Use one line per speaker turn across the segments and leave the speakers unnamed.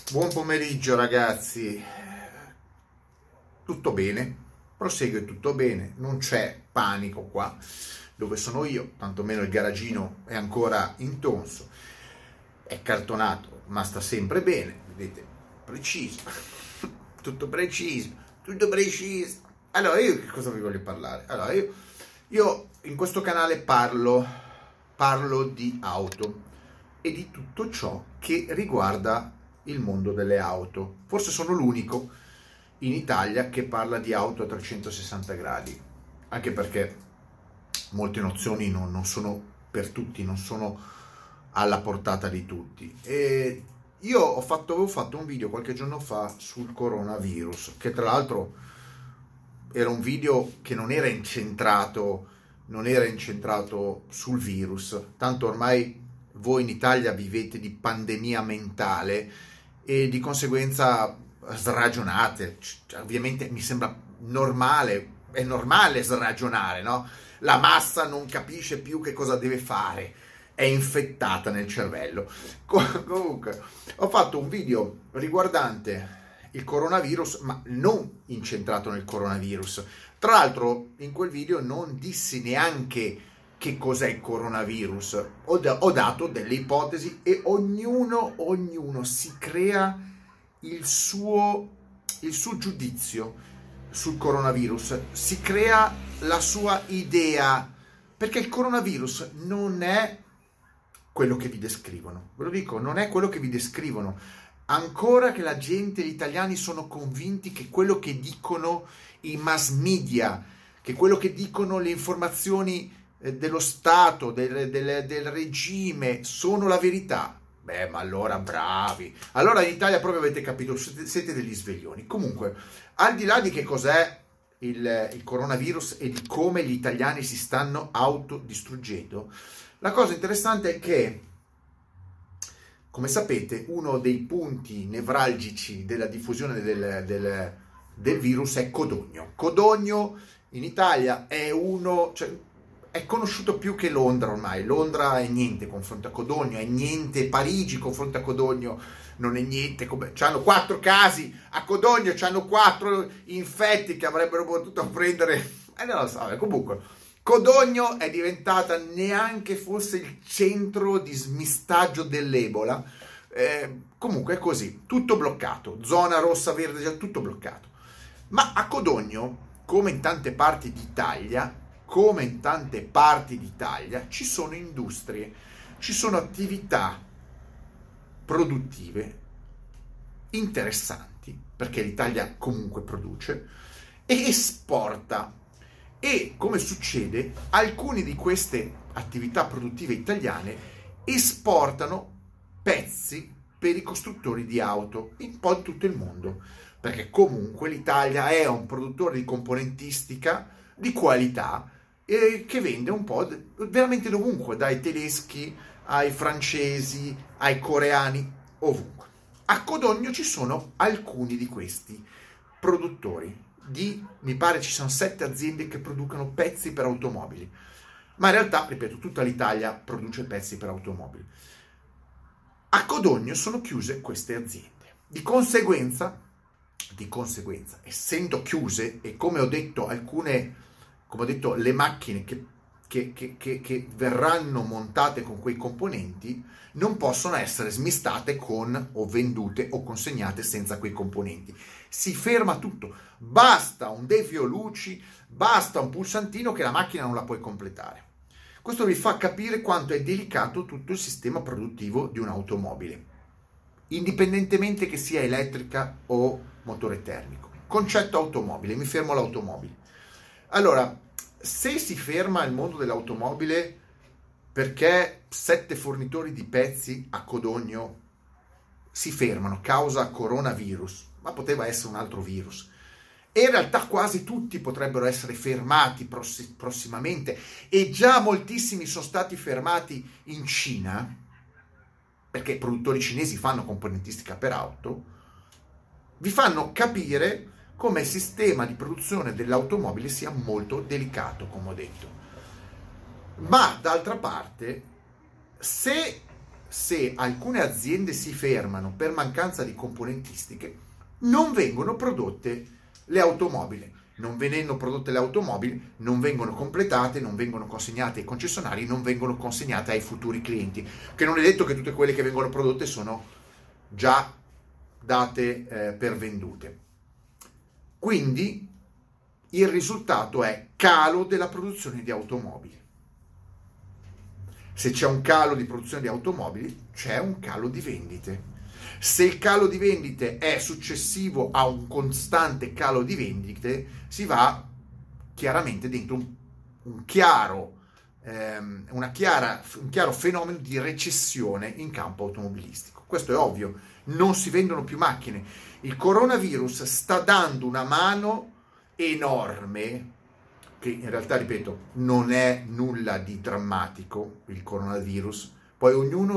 Buon pomeriggio ragazzi, tutto bene, prosegue tutto bene, non c'è panico qua dove sono io, tantomeno il garagino è ancora intonso, è cartonato ma sta sempre bene, vedete, preciso, tutto preciso, tutto preciso. Allora io che cosa vi voglio parlare? Allora io in questo canale parlo di auto e di tutto ciò che riguarda il mondo delle auto. Forse sono l'unico in Italia che parla di auto a 360 gradi, anche perché molte nozioni non sono per tutti, non sono alla portata di tutti. E io avevo fatto un video qualche giorno fa sul coronavirus, che tra l'altro era un video che non era incentrato sul virus, tanto ormai voi in Italia vivete di pandemia mentale e di conseguenza sragionate. Cioè, ovviamente mi sembra normale, è normale sragionare, no? La massa non capisce più che cosa deve fare, è infettata nel cervello. Comunque, ho fatto un video riguardante il coronavirus, ma non incentrato nel coronavirus. Tra l'altro, in quel video non dissi neanche che cos'è il coronavirus, ho dato delle ipotesi e ognuno si crea il suo giudizio sul coronavirus, si crea la sua idea, perché il coronavirus non è quello che vi descrivono, ve lo dico, non è quello che vi descrivono. Ancora che la gente, gli italiani sono convinti che quello che dicono i mass media, che quello che dicono le informazioni dello Stato, del regime, sono la verità. Beh, ma allora bravi. Allora in Italia proprio avete capito, siete degli sveglioni. Comunque, al di là di che cos'è il coronavirus e di come gli italiani si stanno autodistruggendo, la cosa interessante è che, come sapete, uno dei punti nevralgici della diffusione del virus è Codogno. Codogno in Italia è è conosciuto più che Londra ormai. Londra è niente confronto a Codogno, è niente. Parigi confronto a Codogno non è niente. C'hanno 4 casi a Codogno, c'hanno 4 infetti che avrebbero potuto prendere. Non lo so, comunque. Codogno è diventata neanche fosse il centro di smistaggio dell'Ebola. Comunque è così, tutto bloccato, zona rossa, verde, già tutto bloccato. Ma a Codogno, come in tante parti d'Italia, ci sono industrie, ci sono attività produttive interessanti, perché l'Italia comunque produce e esporta. E come succede, alcune di queste attività produttive italiane esportano pezzi per i costruttori di auto in po' tutto il mondo, perché comunque l'Italia è un produttore di componentistica di qualità che vende un po' veramente dovunque, dai tedeschi ai francesi ai coreani, ovunque. A Codogno ci sono alcuni di questi produttori. Mi pare ci sono 7 aziende che producono pezzi per automobili, ma in realtà, ripeto, tutta l'Italia produce pezzi per automobili. A Codogno sono chiuse queste aziende, di conseguenza, essendo chiuse, e come ho detto le macchine che verranno montate con quei componenti non possono essere smistate o vendute o consegnate senza quei componenti. Si ferma tutto, basta un devio luci, basta un pulsantino che la macchina non la puoi completare. Questo vi fa capire quanto è delicato tutto il sistema produttivo di un'automobile, indipendentemente che sia elettrica o motore termico. Concetto automobile, mi fermo all'automobile. Allora, se si ferma il mondo dell'automobile perché 7 fornitori di pezzi a Codogno si fermano causa coronavirus, ma poteva essere un altro virus, e in realtà quasi tutti potrebbero essere fermati prossimamente, e già moltissimi sono stati fermati in Cina, perché i produttori cinesi fanno componentistica per auto, vi fanno capire come il sistema di produzione dell'automobile sia molto delicato, come ho detto. Ma d'altra parte, se se alcune aziende si fermano per mancanza di componentistiche, non vengono prodotte le automobili. Non venendo prodotte le automobili, non vengono completate, non vengono consegnate ai concessionari, non vengono consegnate ai futuri clienti, che non è detto che tutte quelle che vengono prodotte sono già date per vendute. Quindi il risultato è calo della produzione di automobili. Se c'è un calo di produzione di automobili, c'è un calo di vendite. Se il calo di vendite è successivo a un costante calo di vendite, si va chiaramente dentro un chiaro fenomeno di recessione in campo automobilistico. Questo è ovvio, non si vendono più macchine. Il coronavirus sta dando una mano enorme, che in realtà, ripeto, non è nulla di drammatico il coronavirus. Poi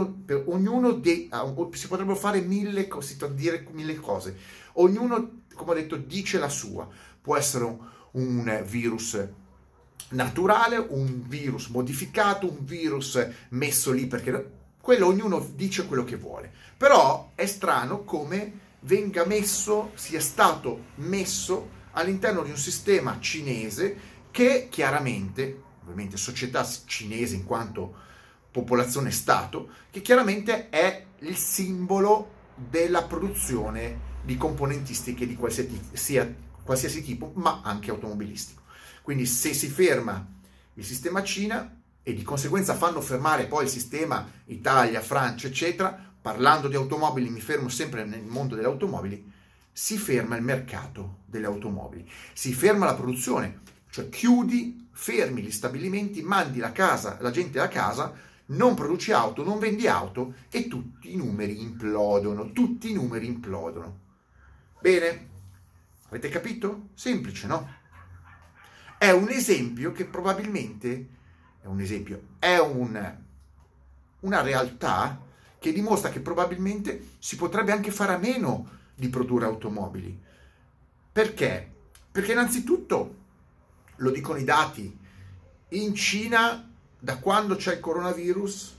si potrebbero fare mille cose. Ognuno, come ho detto, dice la sua. Può essere un virus naturale, un virus modificato, un virus messo lì perché quello ognuno dice quello che vuole. Però è strano come sia stato messo all'interno di un sistema cinese che chiaramente, ovviamente società cinese in quanto popolazione-stato, che chiaramente è il simbolo della produzione di componentistiche di qualsiasi tipo, ma anche automobilistico. Quindi se si ferma il sistema Cina e di conseguenza fanno fermare poi il sistema Italia, Francia, eccetera, parlando di automobili mi fermo sempre nel mondo delle automobili, si ferma il mercato delle automobili, si ferma la produzione, cioè fermi gli stabilimenti, mandi la gente a casa, non produci auto, non vendi auto e tutti i numeri implodono. Bene? Avete capito? Semplice, no? È un esempio che probabilmente è una realtà che dimostra che probabilmente si potrebbe anche fare a meno di produrre automobili. Perché? Perché innanzitutto, lo dicono i dati, in Cina da quando c'è il coronavirus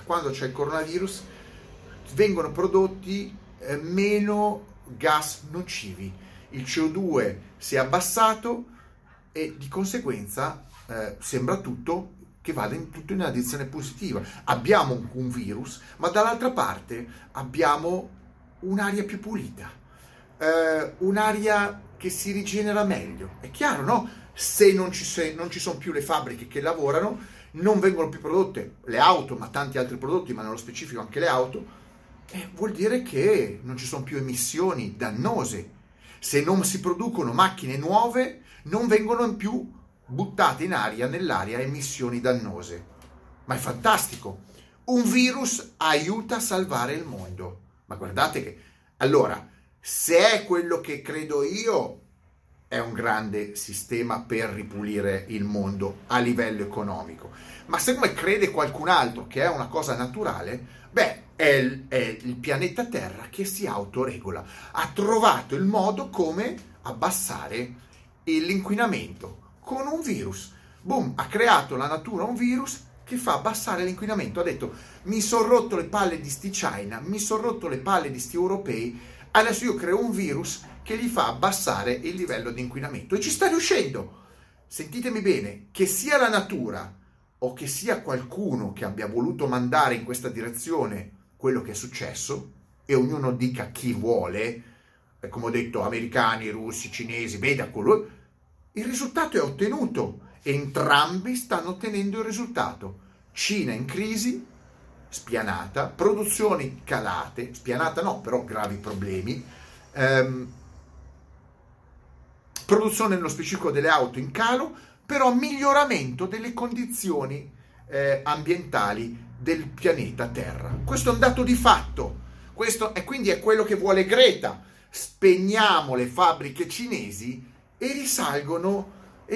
vengono prodotti meno gas nocivi, il CO2 si è abbassato e di conseguenza sembra tutto che vada in una direzione positiva. Abbiamo un virus, ma dall'altra parte abbiamo un'aria più pulita, un'aria che si rigenera meglio. È chiaro, no? Se non ci sono più le fabbriche che lavorano, non vengono più prodotte le auto, ma tanti altri prodotti, ma nello specifico anche le auto, vuol dire che non ci sono più emissioni dannose. Se non si producono macchine nuove, non vengono più buttate nell'aria emissioni dannose. Ma è fantastico. Un virus aiuta a salvare il mondo. Ma guardate che... Allora, se è quello che credo io, è un grande sistema per ripulire il mondo a livello economico. Ma se come crede qualcun altro che è una cosa naturale, è il pianeta Terra che si autoregola. Ha trovato il modo come abbassare l'inquinamento con un virus. Boom, ha creato la natura un virus che fa abbassare l'inquinamento. Ha detto, mi sono rotto le palle di sti China, mi sono rotto le palle di sti europei, adesso io creo un virus che gli fa abbassare il livello di inquinamento. E ci sta riuscendo. Sentitemi bene, che sia la natura o che sia qualcuno che abbia voluto mandare in questa direzione quello che è successo, e ognuno dica chi vuole, come ho detto, americani, russi, cinesi, veda quello, il risultato è ottenuto. Entrambi stanno ottenendo il risultato. Cina in crisi, spianata, produzioni calate, spianata no, però gravi problemi, produzione nello specifico delle auto in calo, però miglioramento delle condizioni ambientali del pianeta Terra. Questo è un dato di fatto. Quindi è quello che vuole Greta. Spegniamo le fabbriche cinesi e risalgono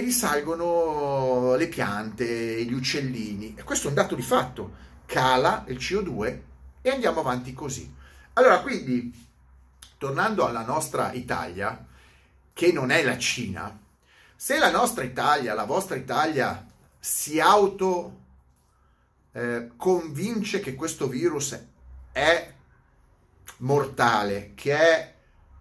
le piante, gli uccellini. E questo è un dato di fatto. Cala il CO2 e andiamo avanti così. Allora, quindi, tornando alla nostra Italia, che non è la Cina, se la nostra Italia, la vostra Italia, si convince che questo virus è mortale, che è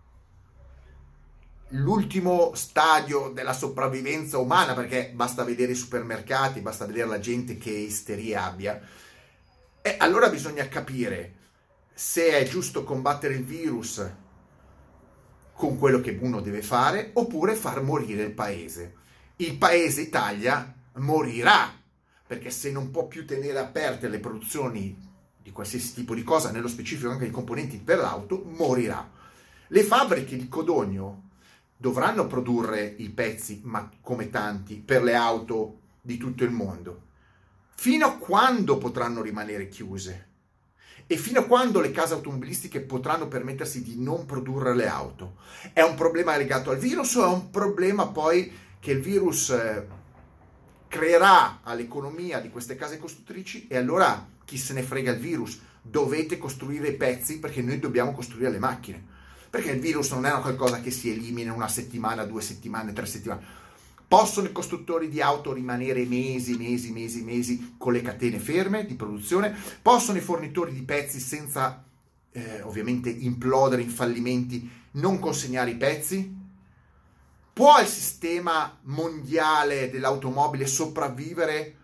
l'ultimo stadio della sopravvivenza umana, perché basta vedere i supermercati, basta vedere la gente che isteria abbia, e allora bisogna capire se è giusto combattere il virus con quello che uno deve fare oppure far morire il paese. Il paese Italia morirà, perché se non può più tenere aperte le produzioni di qualsiasi tipo di cosa, nello specifico anche i componenti per l'auto, morirà. Le fabbriche di Codogno dovranno produrre i pezzi, ma come tanti, per le auto di tutto il mondo. Fino a quando potranno rimanere chiuse? E fino a quando le case automobilistiche potranno permettersi di non produrre le auto? È un problema legato al virus o è un problema poi che il virus creerà all'economia di queste case costruttrici e allora chi se ne frega il virus? Dovete costruire i pezzi perché noi dobbiamo costruire le macchine. Perché il virus non è una qualcosa che si elimina in 1 settimana, 2 settimane, 3 settimane. Possono i costruttori di auto rimanere mesi con le catene ferme di produzione? Possono i fornitori di pezzi senza ovviamente implodere in fallimenti non consegnare i pezzi? Può il sistema mondiale dell'automobile sopravvivere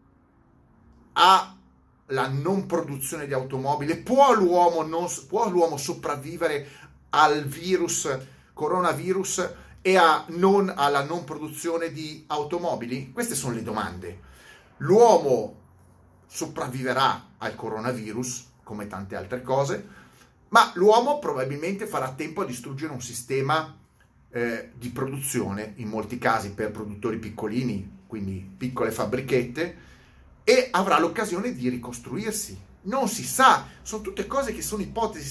alla non produzione di automobili? Può l'uomo sopravvivere al coronavirus e alla non produzione di automobili? Queste sono le domande. L'uomo sopravviverà al coronavirus, come tante altre cose, ma l'uomo probabilmente farà tempo a distruggere un sistema di produzione, in molti casi per produttori piccolini, quindi piccole fabbrichette, e avrà l'occasione di ricostruirsi. Non si sa, sono tutte cose che sono ipotesi,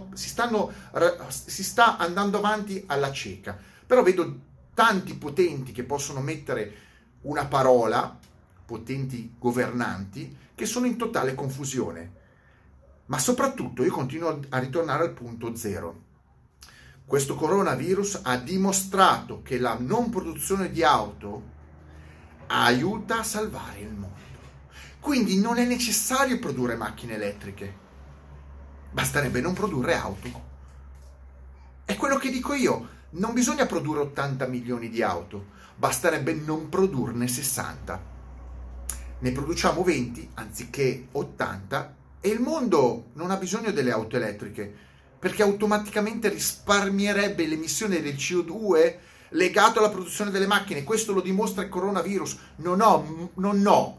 si sta andando avanti alla cieca. Però vedo tanti potenti che possono mettere una parola, potenti governanti, che sono in totale confusione. Ma soprattutto io continuo a ritornare al punto zero. Questo coronavirus ha dimostrato che la non produzione di auto aiuta a salvare il mondo. Quindi non è necessario produrre macchine elettriche, basterebbe non produrre auto. È quello che dico io, non bisogna produrre 80 milioni di auto, basterebbe non produrne 60. Ne produciamo 20 anziché 80 e il mondo non ha bisogno delle auto elettriche, perché automaticamente risparmierebbe l'emissione del CO2 legato alla produzione delle macchine. Questo lo dimostra il coronavirus. Non ho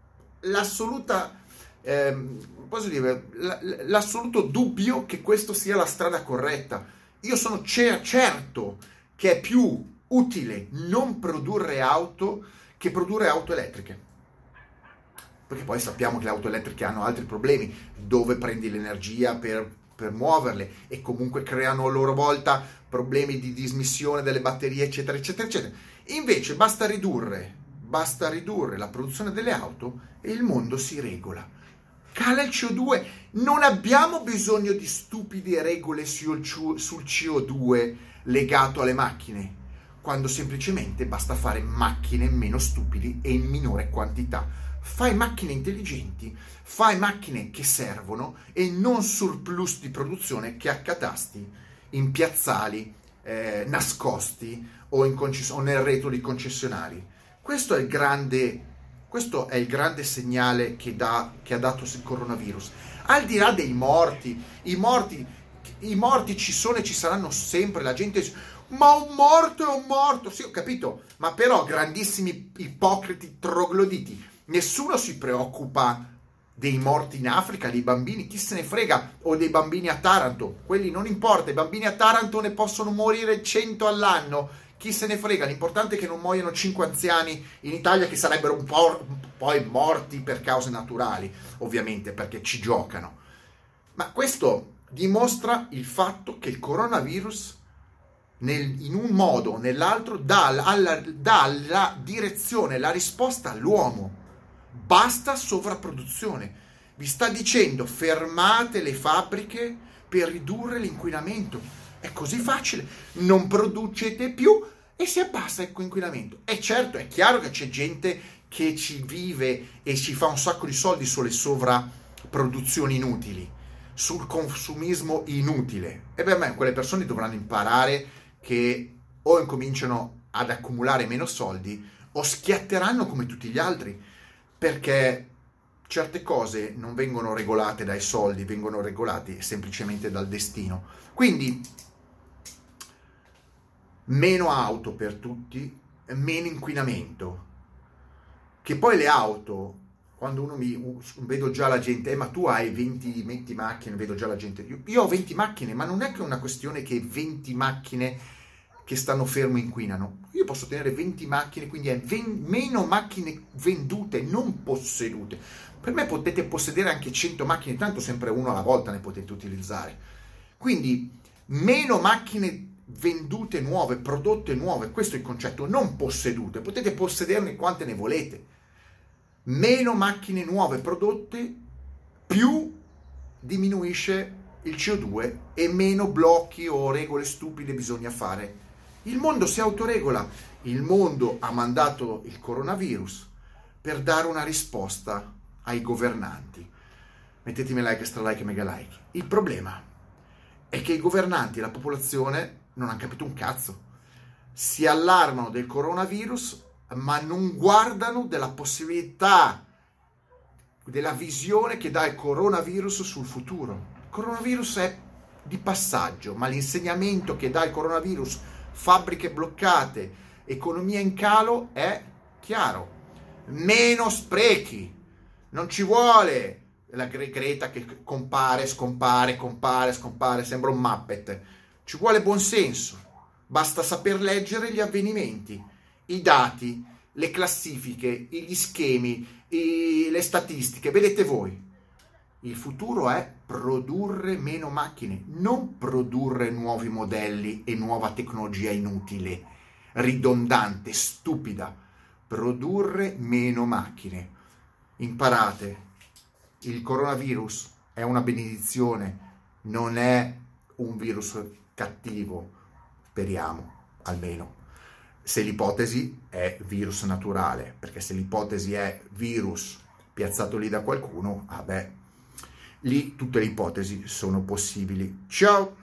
l'assoluto dubbio che questo sia la strada corretta. Io sono certo che è più utile non produrre auto che produrre auto elettriche, perché poi sappiamo che le auto elettriche hanno altri problemi: dove prendi l'energia per muoverle, e comunque creano a loro volta problemi di dismissione delle batterie, eccetera eccetera eccetera. Invece basta ridurre la produzione delle auto e il mondo si regola. Cala il CO2, non abbiamo bisogno di stupide regole sul CO2 legato alle macchine, quando semplicemente basta fare macchine meno stupidi e in minore quantità. Fai macchine intelligenti, fai macchine che servono e non surplus di produzione che accatasti in piazzali nascosti o nel retro di concessionari. Questo è il grande segnale che ha dato il coronavirus. Al di là dei morti, i morti ci sono e ci saranno sempre. La gente dice: ma un morto è un morto. Sì, ho capito, ma però grandissimi ipocriti trogloditi. Nessuno si preoccupa dei morti in Africa, dei bambini, chi se ne frega, o dei bambini a Taranto. Quelli non importa, i bambini a Taranto ne possono morire 100 all'anno. Chi se ne frega, l'importante è che non muoiano 5 anziani in Italia, che sarebbero un po' poi morti per cause naturali, ovviamente, perché ci giocano. Ma questo dimostra il fatto che il coronavirus, in un modo o nell'altro, dà la direzione, la risposta all'uomo. Basta sovrapproduzione. Vi sta dicendo: fermate le fabbriche per ridurre l'inquinamento. È così facile, non producete più e si abbassa il inquinamento. E certo, è chiaro che c'è gente che ci vive e ci fa un sacco di soldi sulle sovrapproduzioni inutili, sul consumismo inutile. E per me quelle persone dovranno imparare che o incominciano ad accumulare meno soldi o schiatteranno come tutti gli altri, perché certe cose non vengono regolate dai soldi, vengono regolate semplicemente dal destino. Quindi meno auto per tutti, meno inquinamento. Che poi le auto, quando vedo già la gente, ma tu hai 20 macchine, vedo già la gente, io ho 20 macchine, ma non è che è una questione che 20 macchine che stanno ferme inquinano. Io posso tenere 20 macchine, quindi è meno macchine vendute, non possedute. Per me potete possedere anche 100 macchine, tanto sempre una alla volta ne potete utilizzare. Quindi meno macchine vendute nuove, prodotte nuove, questo è il concetto, non possedute, potete possederne quante ne volete. Meno macchine nuove prodotte, più diminuisce il CO2 e meno blocchi o regole stupide bisogna fare. Il mondo si autoregola, il mondo ha mandato il coronavirus per dare una risposta ai governanti. Mettetemi like, extra like e mega like. Il problema è che i governanti e la popolazione non hanno capito un cazzo. Si allarmano del coronavirus, ma non guardano della possibilità, della visione che dà il coronavirus sul futuro. Il coronavirus è di passaggio, ma l'insegnamento che dà il coronavirus, fabbriche bloccate, economia in calo, è chiaro. Meno sprechi. Non ci vuole la Greta che compare, scompare, sembra un Muppet. Ci vuole buonsenso. Basta saper leggere gli avvenimenti, i dati, le classifiche, gli schemi, le statistiche. Vedete voi. Il futuro è produrre meno macchine, non produrre nuovi modelli e nuova tecnologia inutile, ridondante, stupida. Produrre meno macchine. Imparate, il coronavirus è una benedizione, non è un virus cattivo, speriamo almeno. Se l'ipotesi è virus naturale, perché se l'ipotesi è virus piazzato lì da qualcuno, lì tutte le ipotesi sono possibili. Ciao!